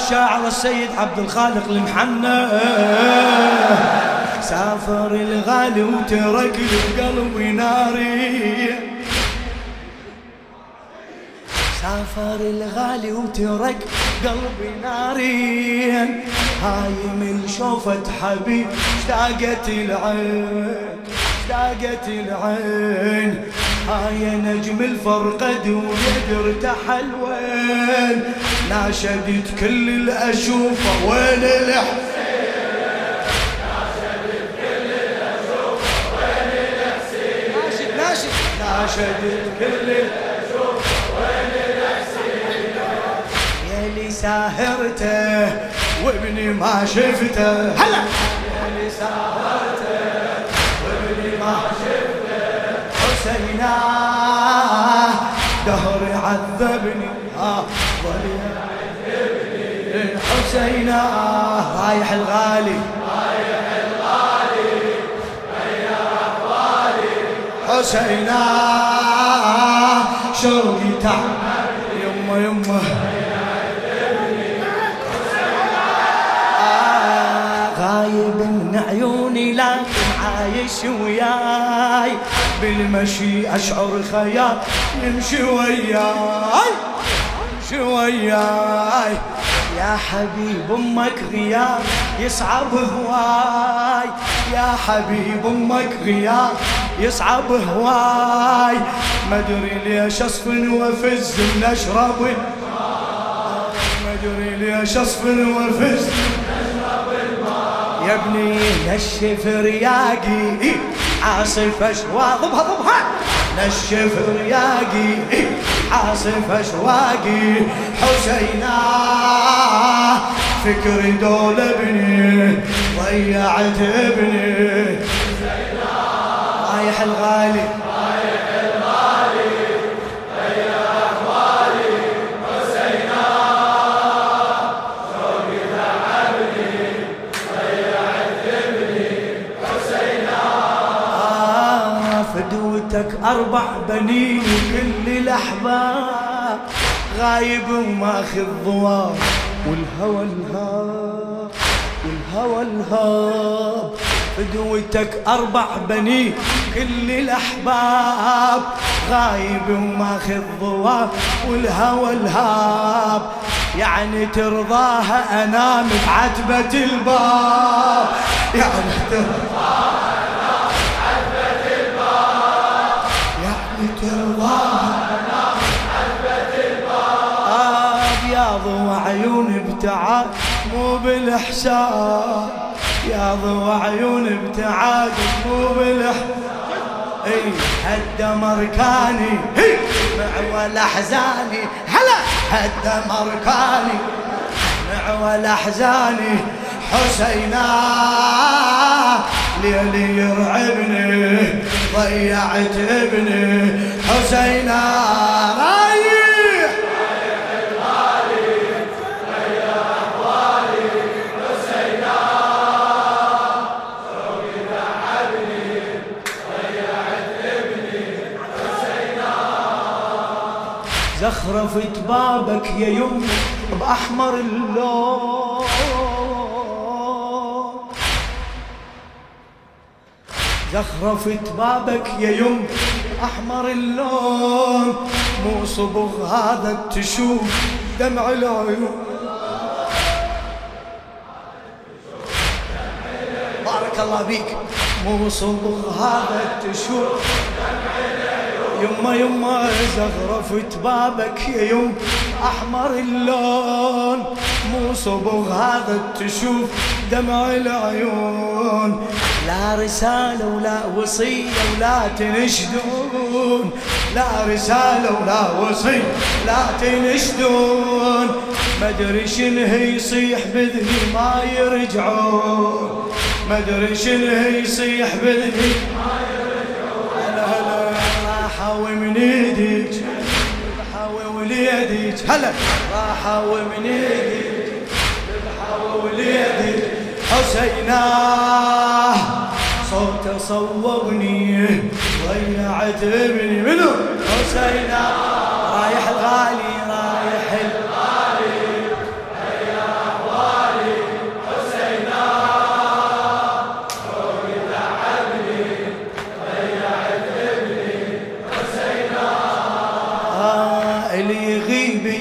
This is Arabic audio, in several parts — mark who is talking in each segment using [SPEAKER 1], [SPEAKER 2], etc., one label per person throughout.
[SPEAKER 1] شاعر السيد عبد الخالق المحنى. سافر الغالي وترك قلبي ناري، سافر الغالي وترك قلبي ناري، هاي من شوفة حبيب اشتاقت العين، اشتاقت العين، هاي نجم الفرقد ويد ارتحل وين، ناشدت كل الاشوفه وين الحسين، ناشدت كل الاشوفه وين الحسين، ناشد ناشد، ناشدت كل الاشوفه وين الحسين، يلي ساهرته وابني ما شفته، هلا يلي ساهرته وابني ما شفته، حسينا دهر عذبني ظل يعذبني، حسينا رايح الغالي، رايح الغالي غير احوالي، حسينا شوقي تعب يمه يمه غايب من عيوني لكن عايش وياي، بالمشي أشعر خيال يمشي وياي، يمشي وياي، يا حبيب أمك غياب يصعب هواي، يا حبيب أمك غياب يصعب هواي، ما أدري ليش أصفن وأفز نشرب، ما أدري ليش أصفن وأفز يا ابني، نشف رياقي عاصف اشواقي، ضبها ضبها، نشف رياقي عاصف اشواقي، حسينا فكري دول ابني ضيعت ابني، حسينا رايح الغالي، رايح الغالي غير احوالي، حسينا شوقي تعبني ضيعت ابني، حسينا فدوتك 4 بنين وكل الأحباب غايب وماخذ ضواب، والهوى الهاب، والهوى الهاب، فدوتك 4 بنين كل الأحباب غايب وماخذ ضواب، والهوى الهاب، يعني ترضاها أنام بعتبة الباب، يعني ترضاها عيون ابتعاد مو بالحساب، يا ضوى عيون ابتعاد مو بالحساب، اي هد مركاني معول احزاني، هلا هد مركاني معول احزاني، حسينا ليلي يرعبني ضيعت ابني، حسينا رايح زخرفت بابك يا يم بأحمر اللون، زخرفت بابك يا يم بأحمر اللون، مو صبغ هذا تشوف دمع العيون، بارك الله بيك، مو صبغ هذا تشوف يما يما، زغرفت بابك يا يم أحمر اللون، مو صبغ هذا تشوف دمع العيون، لا رسالة ولا وصية ولا تنشدون، لا رسالة ولا وصية لا تنشدون، ما ادري شنو يصيح بذني ما يرجعون، ما ادري شنو يصيح بذني ما يرجعون، هلا هلا راحة ومن ايديك ذبحة ووليديك، هلا راحة ومن ايديك ذبحة ووليديك، حسينا صوته صوبني ضيعت ابني، منو حسينا رايح الغالي رايح الغالي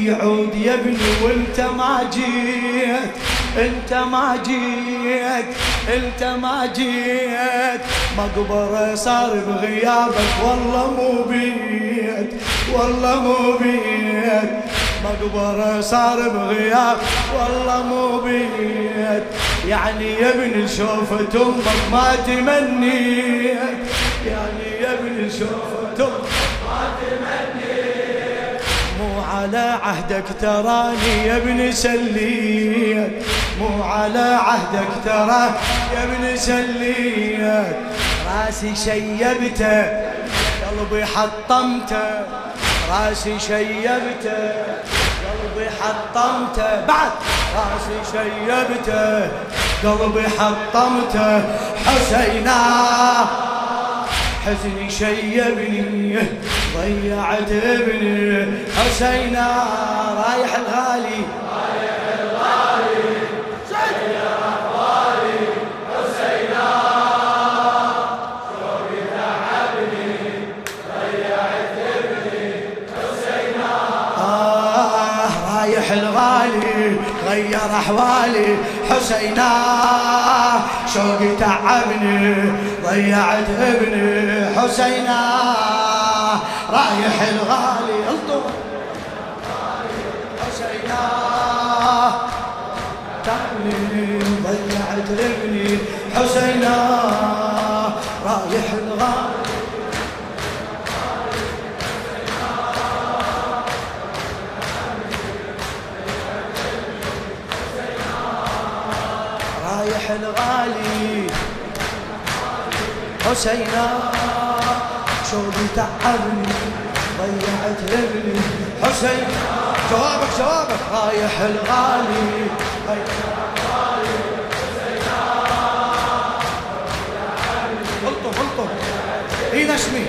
[SPEAKER 1] يعود يا ابني وانت ما جيت، انت ما جيت، انت ما جيت، مقبرة صار بغيابك والله مو بيت، والله مو بيت، مقبرة صار بغياب والله مو بيت. يعني يا ابني شوفة امك ما تمنيت، يعني يا ابني شوفة امك ما تمنيت، مو على عهدك تراني يا ابني سليت، مو على عهدك ترى يا ابني سليت. راسي شيبته قلبي حطمته، راسي شيبته قلبي حطمته، بعد راسي شيبته قلبي حطمته. حسينا حزني شيبني ضيعت ابني، حسينا رايح الغالي، رايح الغالي سير احوالي، حسينا شوقي تعبني ضيعت ابني، حسينا رايح الغالي غير احوالي، حسينا شوقي تعبني ضيعت ابني، حسينا رايح الغالي الطف، حسينا تعبني ضيعت ابني، حسينا رايح الغالي، رايح الغالي، حسينا شوقي تعبني ضيعت ابني، حسينا جوابك جوابك رايح الغالي، الطف اي نشمي.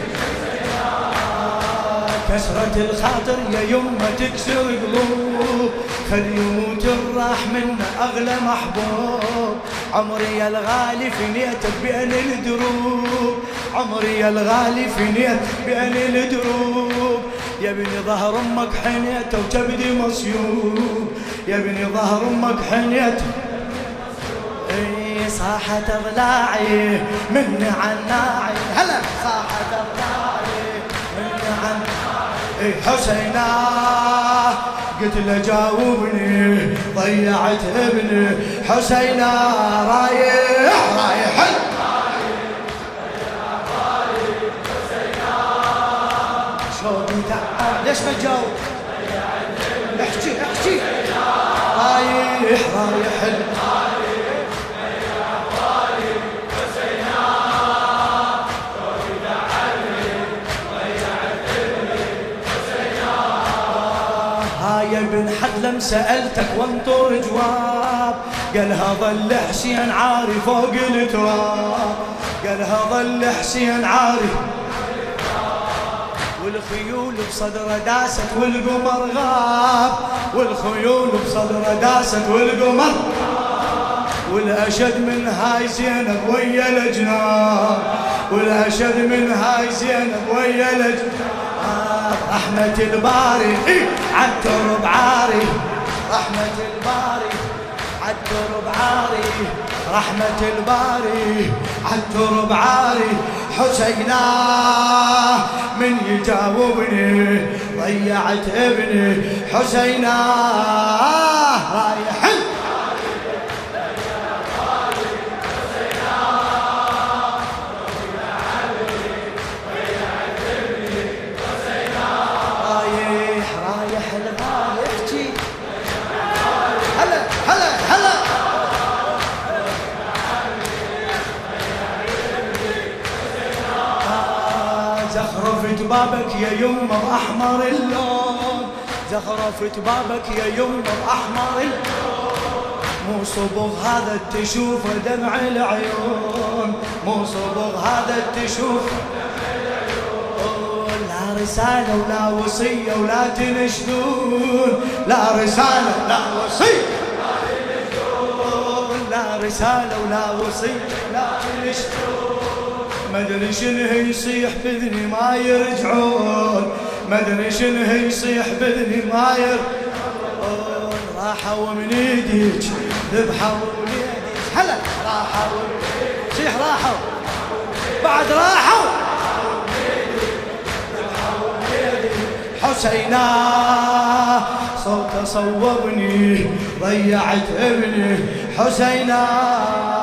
[SPEAKER 1] كسرة الخاطر يا يمه تكسر قلوب، خل يموت الراح منا اغلى محبوب، عمري يا الغالي فنيتك بين الدروب، عمري يا الغالي فنيت بين الدروب. يا ابني ظهر امك حنيت وكبدي مصيوب، يا ابني ظهر امك حنيت، اي صاحت اضلاعي مني عناعي، هلا صاحت اضلاعي مني عناعي، حسينا قلت له جاوبني ضيعت ابني، حسينا رايح رايح شوقي تعب، ليش ما تجاوب؟ احكي احكي، رايح رايح يا ابن حلم سألتك وانطر جواب، قالها ظل حسين عاري فوق التراب، قالها ظل حسين عاري والخيول بصدره داست والقمر غاب، والخيول بصدره داست والقمر، والأشد من هاي زينب ويا الجناب، والأشد من هاي زينب ويا الجناب. رحمة الباري عالترب عاري، رحمة الباري عالترب عاري، رحمة الباري عالترب عاري، حسينا من يجاوبني ضيعت ابني، حسينا رايح زخرفت بابك يا يمه بأحمر اللون، زخرفت بابك يا يمه بأحمر اللون، مو صبغ هذا تشوفه دمع العيون، مو صبغ هذا تشوفه دمع العيون. لا رسالة ولا وصية ولا تنشدون، لا رسالة ولا وصية ولا تنشدون، لا رسالة ولا وصية ولا تنشدون. مدري شنه يصيح بذني ما يرجعون، مدري شنه يصيح بذني ما يرجعون. راحوا من ايديك ذبحوا وليديك هلا راحوا صيح راحوا بعد راحوا حسينا صوته صوبني ضيعت ابني حسينا